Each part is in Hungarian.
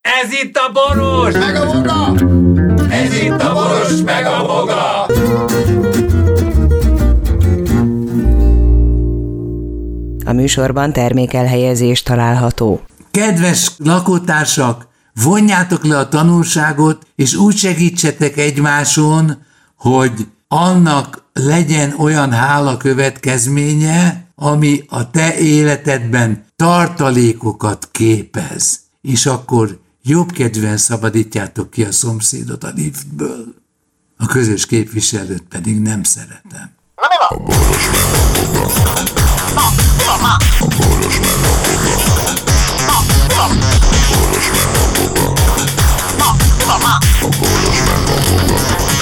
Ez itt a Boros! Meg a Boga! Ez itt a Boros, meg a Boga! A műsorban termékelhelyezés található. Kedves lakótársak, vonjátok le a tanulságot, és úgy segítsetek egymáson, hogy annak legyen olyan hála következménye, ami a te életedben tartalékokat képez. És akkor jobbkedvűen szabadítjátok ki a szomszédot a liftből. A közös képviselőt pedig nem szeretem. A Boros meg a Boga. A Boros meg a Boga. A Boros meg a Boga. A Boros meg a Boga.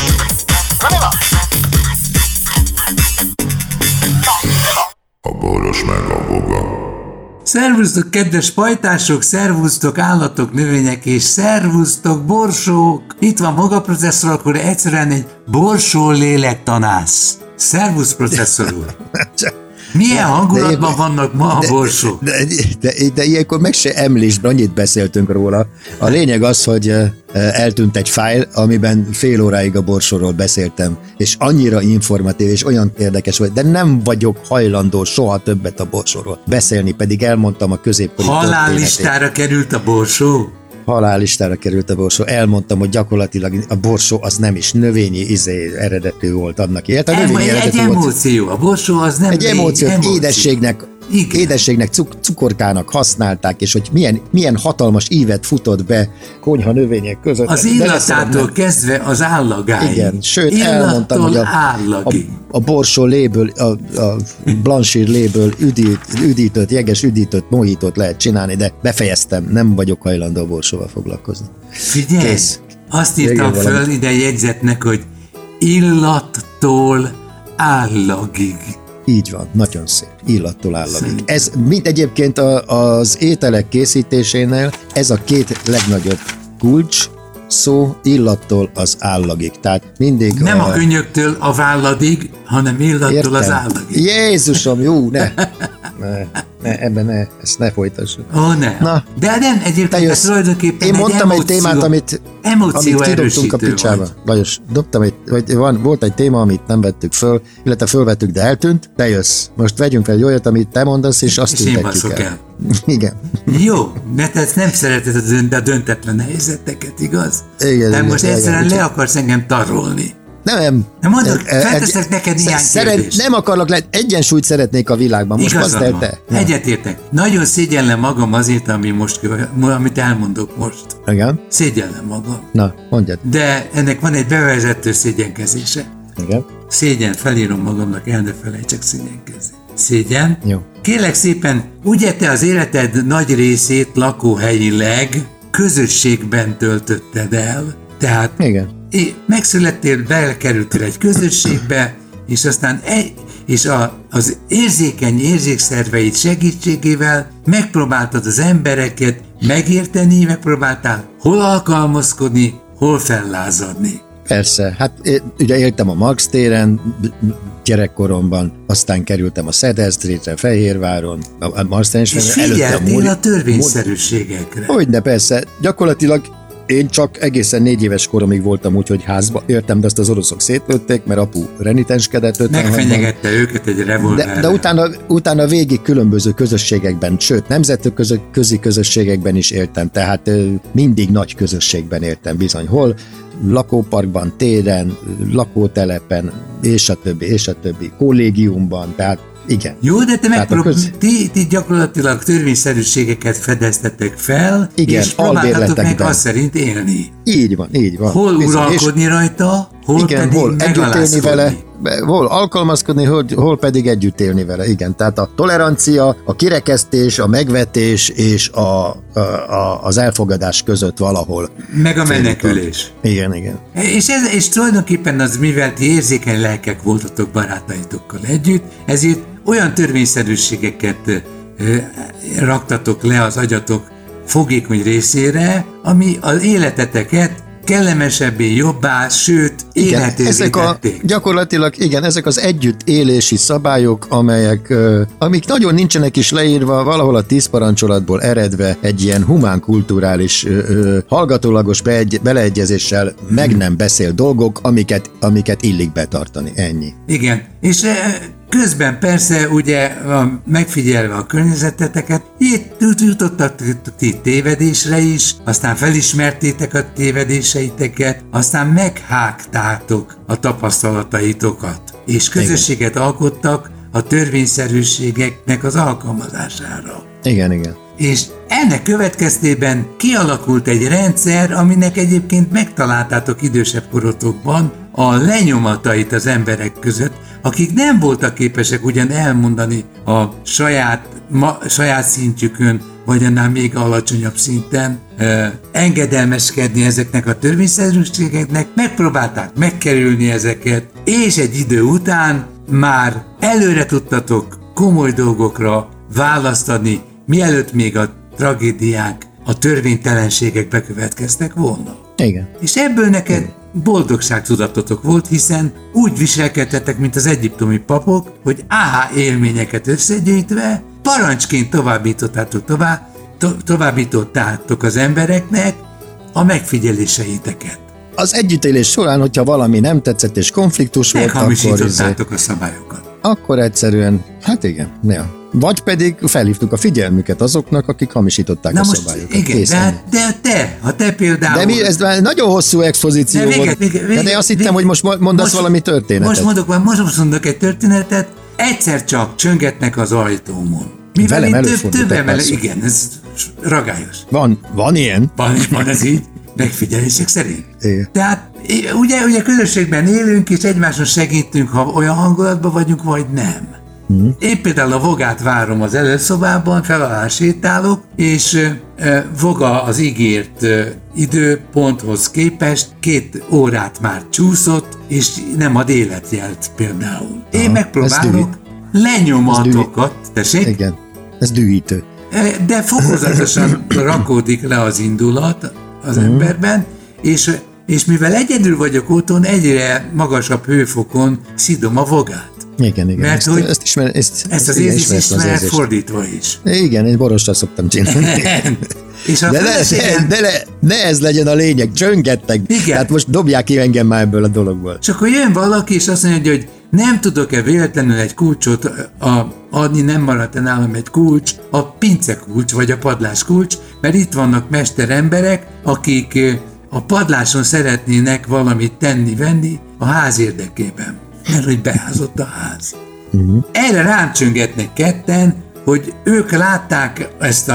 A Boros meg a Boga. Szervusztok, kedves pajtások, szervusztok, állatok, növények, és szervusztok, borsók! Itt van maga processzor, akkor egyszerűen egy borsó lélektanász. Szervusz, processzor úr! Milyen hangulatban vannak ma a borsók? De ilyenkor meg se említsd, annyit beszéltünk róla. A lényeg az, hogy eltűnt egy fájl, amiben fél óráig a borsóról beszéltem, és annyira informatív, és olyan érdekes volt, de nem vagyok hajlandó soha többet a borsóról beszélni, pedig elmondtam a középkori történetét. Halállistára került a borsó? Halállistára került a borsó. Elmondtam, hogy gyakorlatilag a borsó az nem is növényi eredetű volt annak. Egy emóció. A borsó az nem egy emóció. Édességnek, cukorkának használták, és hogy milyen hatalmas ívet futott be konyha növények között. Az illatától kezdve az állagáig. Igen, sőt elmondtam, hogy a borsó léből, a blanchír léből üdítött, jeges üdítött mojitót lehet csinálni, de befejeztem, nem vagyok hajlandó a borsóval foglalkozni. Figyelj, kész. Azt írtam föl ide jegyzetnek, hogy illattól állagig. Így van, nagyon szép. Illattól állagig. Ez mind egyébként az ételek készítésénél ez a két legnagyobb kulcs szó, illattól az állagig. Tehát mindig nem a könyöktől a válladig, hanem illattól az állagig. Jézusom, jó, ne, ebben ne, ezt ne folytassuk. Ne. Na, de nem, egyébként tulajdonképpen én mondtam egy témát, amit kidobtunk a picsába. Lajos, volt egy téma, amit nem vettük föl, illetve fölvettük, de eltűnt, te jössz. Most vegyünk fel egy olyat, amit te mondasz, és azt ültetjük el. Igen. Jó, mert te nem szereted a döntetlen helyzeteket, igaz? Igen. De most egyszerűen le akarsz engem tarolni. Nem mondod, felteszek neked néhány kérdést. Nem akarlak egyensúlyt szeretnék a világban. Most azt te. Egyetértek. Nagyon szégyellem magam azért, amit elmondok most. Igen. Szégyellem magam. Na, mondjad. De ennek van egy bevezető szégyenkezése. Igen. Szégyen, felírom magamnak, el ne felejtsek szégyenkezni. Szégyen. Jó. Kérlek szépen, ugye te az életed nagy részét lakóhelyileg közösségben töltötted el, tehát megszülettél, belekerültél egy közösségbe, és aztán az érzékeny érzékszerveid segítségével megpróbáltad az embereket megérteni, megpróbáltál hol alkalmazkodni, hol fellázadni. Persze, hát ugye éltem a Marx téren gyerekkoromban, aztán kerültem a Cedar Streetre, Fehérváron, a Marx téren, és figyeltél a törvényszerűségekre. Hogyne, persze, gyakorlatilag én csak egészen 4 éves koromig voltam úgy, hogy házba értem, de azt az oroszok szétlőtték, mert apu renitenskedett. Megfenyegette őket egy revolverrel. De utána végig különböző közösségekben, sőt, nemzetközi közösségekben is éltem, tehát mindig nagy közösségben éltem bizony. Hol lakóparkban, téren, lakótelepen, és a többi, kollégiumban, tehát igen. Jó, de te ti gyakorlatilag törvényszerűségeket fedeztetek fel, igen, és próbáltatok meg azt szerint élni. Így van. Hol uralkodni rajta, hol igen, pedig megalázkodni vele, hol alkalmazkodni, hol pedig együtt élni vele. Igen, tehát a tolerancia, a kirekesztés, a megvetés és az elfogadás között valahol. Meg a menekülés. Igen. És tulajdonképpen az, mivel ti érzékeny lelkek voltatok barátaitokkal együtt, ezért olyan törvényszerűségeket raktatok le az agyatok fogékony részére, ami az életeteket kellemesebbé, jobbá, sőt, élhetővé tették. Gyakorlatilag igen, ezek az együttélési szabályok, amik nagyon nincsenek is leírva, valahol a 10 parancsolatból eredve egy ilyen humán kulturális, hallgatólagos beleegyezéssel meg nem beszél dolgok, amiket illik betartani. Ennyi. Igen, és közben persze ugye megfigyelve a környezeteteket, jutottak ti tévedésre is, aztán felismertétek a tévedéseiteket, aztán meghágtátok a tapasztalataitokat, és közösséget alkottak a törvényszerűségeknek az alkalmazására. Igen. És ennek következtében kialakult egy rendszer, aminek egyébként megtaláltátok idősebb korotokban a lenyomatait az emberek között, akik nem voltak képesek ugyan elmondani a saját szintjükön, vagy annál még alacsonyabb szinten engedelmeskedni ezeknek a törvényszerűségeknek, megpróbálták megkerülni ezeket, és egy idő után már előre tudtatok komoly dolgokra választani, mielőtt még a tragédiák, a törvénytelenségek bekövetkeztek volna. Igen. És ebből neked boldogságtudatotok volt, hiszen úgy viselkedtetek, mint az egyiptomi papok, hogy élményeket összegyűjtve, parancsként továbbítottátok az embereknek a megfigyeléseiteket. Az együttélés során, hogyha valami nem tetszett és konfliktus volt, meghamisítottátok a szabályokat. Akkor egyszerűen, hát igen, ja. Vagy pedig felhívtuk a figyelmüket azoknak, akik hamisították a szabályokat. Igen, de te például... De ez már nagyon hosszú expozíció volt. De azt hittem, hogy most mondasz valami történetet. Most mondok egy történetet, egyszer csak csöngetnek az ajtómon. Mivel velem több igen, ez ragályos. Van ilyen? Van ez így, megfigyelések szerint. Igen. Tehát ugye közösségben élünk, és egymáson segítünk, ha olyan hangulatban vagyunk, vagy nem. Én például a Vogát várom az előszobában, fel alá sétálok, és Voga az ígért időponthoz képest 2 órát már csúszott, és nem ad életjelt például. Én megpróbálok lenyomatokat, tessék? Igen, ez dühítő. De fokozatosan rakódik le az indulat az emberben, és mivel egyedül vagyok otthon, egyre magasabb hőfokon szidom a Vogát. Igen. Mert ezt az érzést ismer fordítva is. Igen, én borosra szoktam csinálni. És de ne ez legyen a lényeg, csöngettek. Tehát most dobják ki engem már ebből a dologból. És akkor jön valaki, és azt mondja, hogy nem tudok-e véletlenül egy kulcsot adni, nem maradt nálam egy kulcs, a pincekulcs, vagy a padláskulcs, mert itt vannak mesteremberek, akik a padláson szeretnének valamit tenni-venni a ház érdekében. Mert hogy beházott a ház. Erre rám csöngetnek ketten, hogy ők látták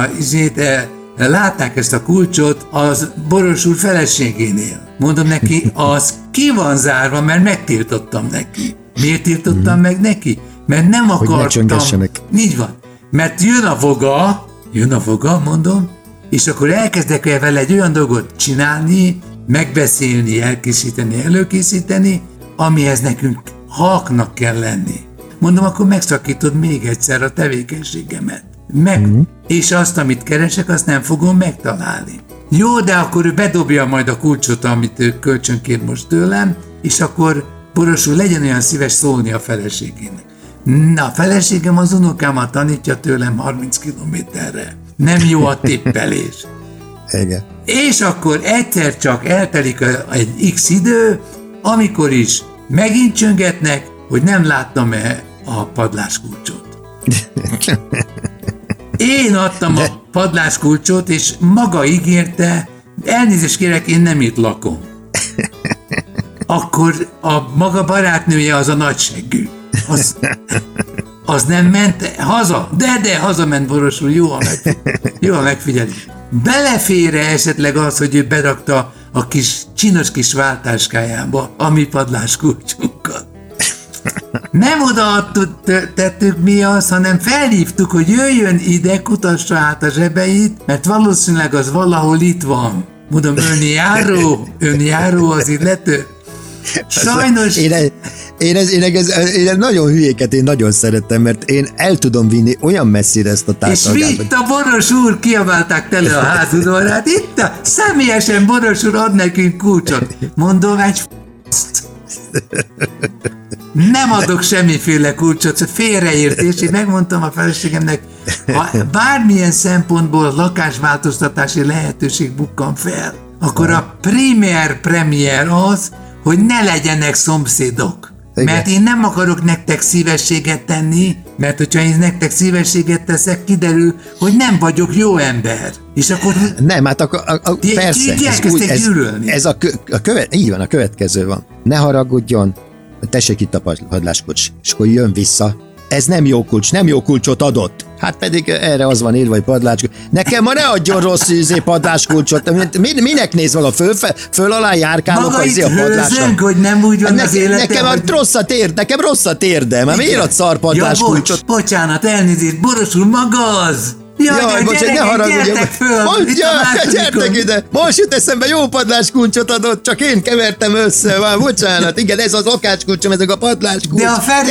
ezt a kulcsot az Boros úr feleségénél. Mondom neki, az ki van zárva, mert megtiltottam neki. Miért tiltottam meg neki? Mert nem akartam. Így van. Mert jön a Voga, mondom, és akkor elkezdek vele egy olyan dolgot csinálni, megbeszélni, elkészíteni, előkészíteni, amihez nekünk halknak kell lenni. Mondom, akkor megszakítod még egyszer a tevékenységemet. És azt, amit keresek, azt nem fogom megtalálni. Jó, de akkor ő bedobja majd a kulcsot, amit ő kölcsönkér most tőlem, és akkor Boros úr, legyen olyan szíves szólni a feleségének. Na, a feleségem az unokámat tanítja tőlem 30 kilométerre. Nem jó a tippelés. Igen. És akkor egyszer csak eltelik egy X idő, amikor is megint csöngetnek, hogy nem láttam-e a padláskulcsot. Én adtam a padláskulcsot, és maga ígérte, elnézést kérek, én nem itt lakom. Akkor a maga barátnője az a nagyseggű. Az nem ment haza? De hazament Boros úr, jó a megfigyelés. Belefér-e esetleg az, hogy ő berakta a csinos kis váltáskájába a mi padláskulcsunkat? Nem oda tettük mi azt, hanem felhívtuk, hogy jöjjön ide, kutassa át a zsebeit, mert valószínűleg az valahol itt van. Mondom, önjáró az illető. Sajnos... Én nagyon hülyéket én nagyon szeretem, mert én el tudom vinni olyan messzire ezt a És társadalmat. vitt a Boros úr, kiabálták tele a házudvarát. Itt a személyesen Boros úr ad nekünk kulcsot. Mondom, egy nem adok semmiféle kulcsot, félreértés. Én megmondtam a feleségemnek, ha bármilyen szempontból lakásváltoztatási lehetőség bukkan fel, akkor a premier az, hogy ne legyenek szomszédok. Igen. Mert én nem akarok nektek szívességet tenni, mert hogyha én nektek szívességet teszek, kiderül, hogy nem vagyok jó ember. És akkor... Nem, hát persze. Így van, a következő van. Ne haragudjon, tessék itt a padláskulcs, és akkor jön vissza. Ez nem jó kulcs, nem jó kulcsot adott. Hát pedig erre az van írva, hogy padláskulcs. Nekem ma ne adjon rossz padláskulcsot. Minek néz maga föl alá járkálok a padlásra? Hogy nem úgy van az élete, nekem rosszat érdem. Hát miért ad szar padláskulcsot? Bocsánat, elnézést, Boros úr, maga az! Jaj, bocsánat, ne haragudjon. Gyertek ide! Most jut eszembe, jó padláskulcsot adott, csak én kevertem össze. Már bocsánat, igen, ez az akácskulcsom, ezek a padláskulcs. De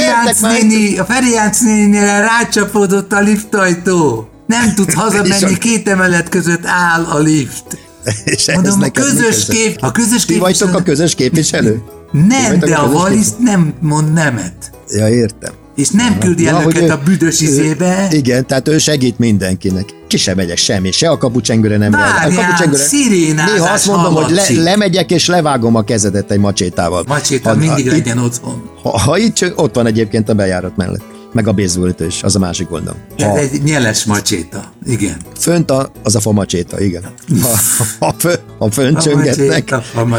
a Feriánc nénire rácsapódott a liftajtó. Nem tud hazamenni, 2 emelet között áll a lift. Mondom, a közös képviselő... Ti vagytok a közös képviselő? Nem, de a Valiszt nem mond nemet. Ja, értem. És nem küldi el őket a büdös izébe. Igen, tehát ő segít mindenkinek. Ki sem megyek semmi, se a kapucsengőre nem reagál. Várjál, szirénázás. Néha azt mondom, hogy lemegyek és levágom a kezedet egy macsétával. Macséta mindig legyen otthon. Ha itt, ott van egyébként a bejárat mellett. Meg a baseballütő is, az a másik oldalon. Ez egy nyeles macséta, igen. Fönt az a fa macséta, igen. Ha fönt csöngetnek,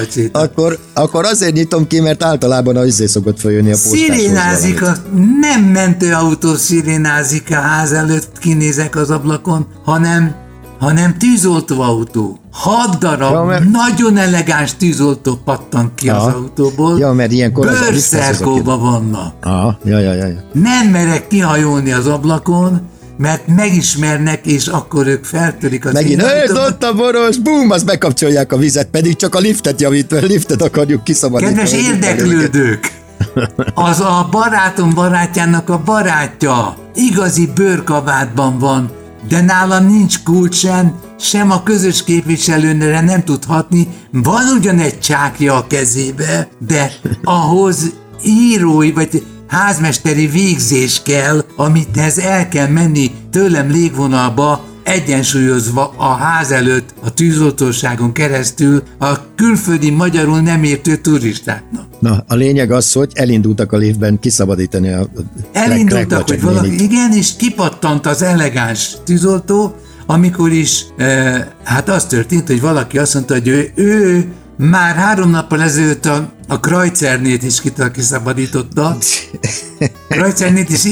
akkor azért nyitom ki, mert általában az izé szokott följönni a postáshoz. Szirénázik, nem mentőautó szirénázik a ház előtt, kinézek az ablakon, hanem tűzoltóautó. 6 darab nagyon elegáns tűzoltó pattan ki az autóból. Ja, mert ilyenkor bőrszerkóba vannak. Ja. Nem merek kihajolni az ablakon, mert megismernek, és akkor ők feltörik az megint, ott a Boros, bum, azt bekapcsolják a vizet, pedig csak a liftet akarjuk kiszabadítani. Kedves érdeklődők! Az a barátom barátjának a barátja igazi bőrkabátban van, de nála nincs kulcs sem a közös képviselőnre nem tud hatni, van ugyan egy csákja a kezébe, de ahhoz írói vagy házmesteri végzés kell, amithez el kell menni tőlem légvonalba, egyensúlyozva a ház előtt, a tűzoltóságon keresztül a külföldi magyarul nem értő turistáknak. Na, a lényeg az, hogy elindultak a liftben kiszabadítani a elindultak, hogy valaki, igen, és kipattant az elegáns tűzoltó, amikor is, hát az történt, hogy valaki azt mondta, hogy ő már 3 nappal ezelőtt a Krajcernét is kiszabadította. Krajcernét is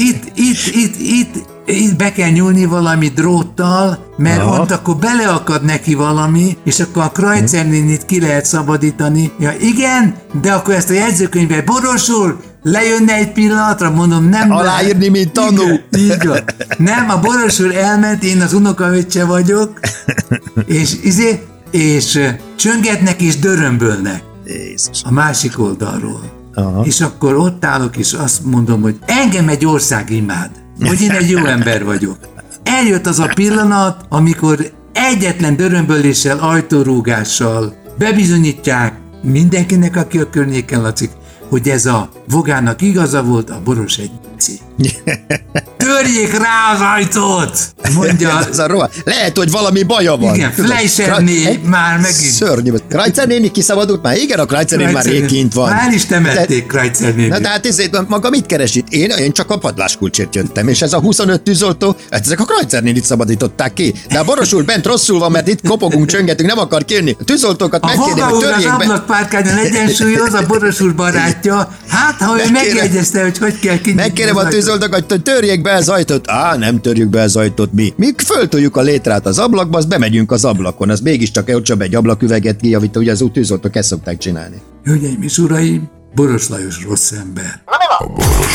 itt be kell nyúlni valami dróttal, mert ott akkor beleakad neki valami, és akkor a Krajcernét ki lehet szabadítani. Ja igen, de akkor ezt a jegyzőkönyvbe, Boros úr, lejönne egy pillanatra, mondom, nem aláírni, mint tanú. Így van. Nem, a Boros úr elment, én az unokaöccse vagyok, és csöngetnek és dörömbölnek. Jézus. A másik oldalról. És akkor ott állok, és azt mondom, hogy engem egy ország imád, hogy én egy jó ember vagyok. Eljött az a pillanat, amikor egyetlen dörömböléssel, ajtórúgással bebizonyítják mindenkinek, aki a környéken latszik, hogy ez a Vogának igaza volt, a Boros egy törjék rá az ajtót! Mondja. Lehet, hogy valami baja van. Igen, Fleischerné már megint. Szörnyű. Krajcer néni kiszabadult már? Igen, a Krajcer néni már rég kint van. Már is temették Krajcer néni. Na de hát ezért maga mit keres itt? Én csak a padláskulcsért jöttem, és ez a 25 tűzoltó, ezek a Krajcer nénit szabadították ki. De a Boros úr bent rosszul van, mert itt kopogunk, csöngetünk, nem akar kérni. A tűzoltókat megkérni, hogy törjék be. Az ablakpárkányon egyensúlyoz, a Boros úr barátja. Hát, ha ő megjegyezte, hogy kell kinyitni. Megkérem a tűzoltókat, hogy törjék be az ajtót. Nem törjük be az ajtót mi. Mi föltoljuk a létrát az ablakba, azt bemegyünk az ablakon. Az mégiscsak ott csak egy ablaküveget kijavít, ugye az tűzoltók ezt szokták csinálni. Hölgyeim és uraim, Boros Lajos rossz ember. A Boros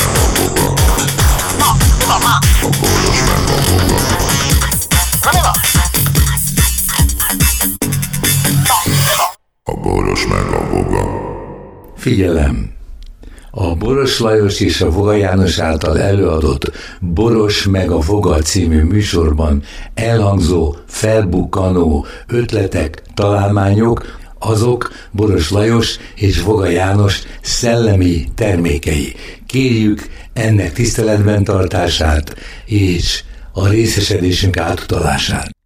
meg a Figyelem! A Boros Lajos és a Voga János által előadott Boros meg a Voga című műsorban elhangzó, felbukkanó ötletek, találmányok, azok Boros Lajos és Voga János szellemi termékei. Kérjük ennek tiszteletben tartását és a részesedésünk átutalását.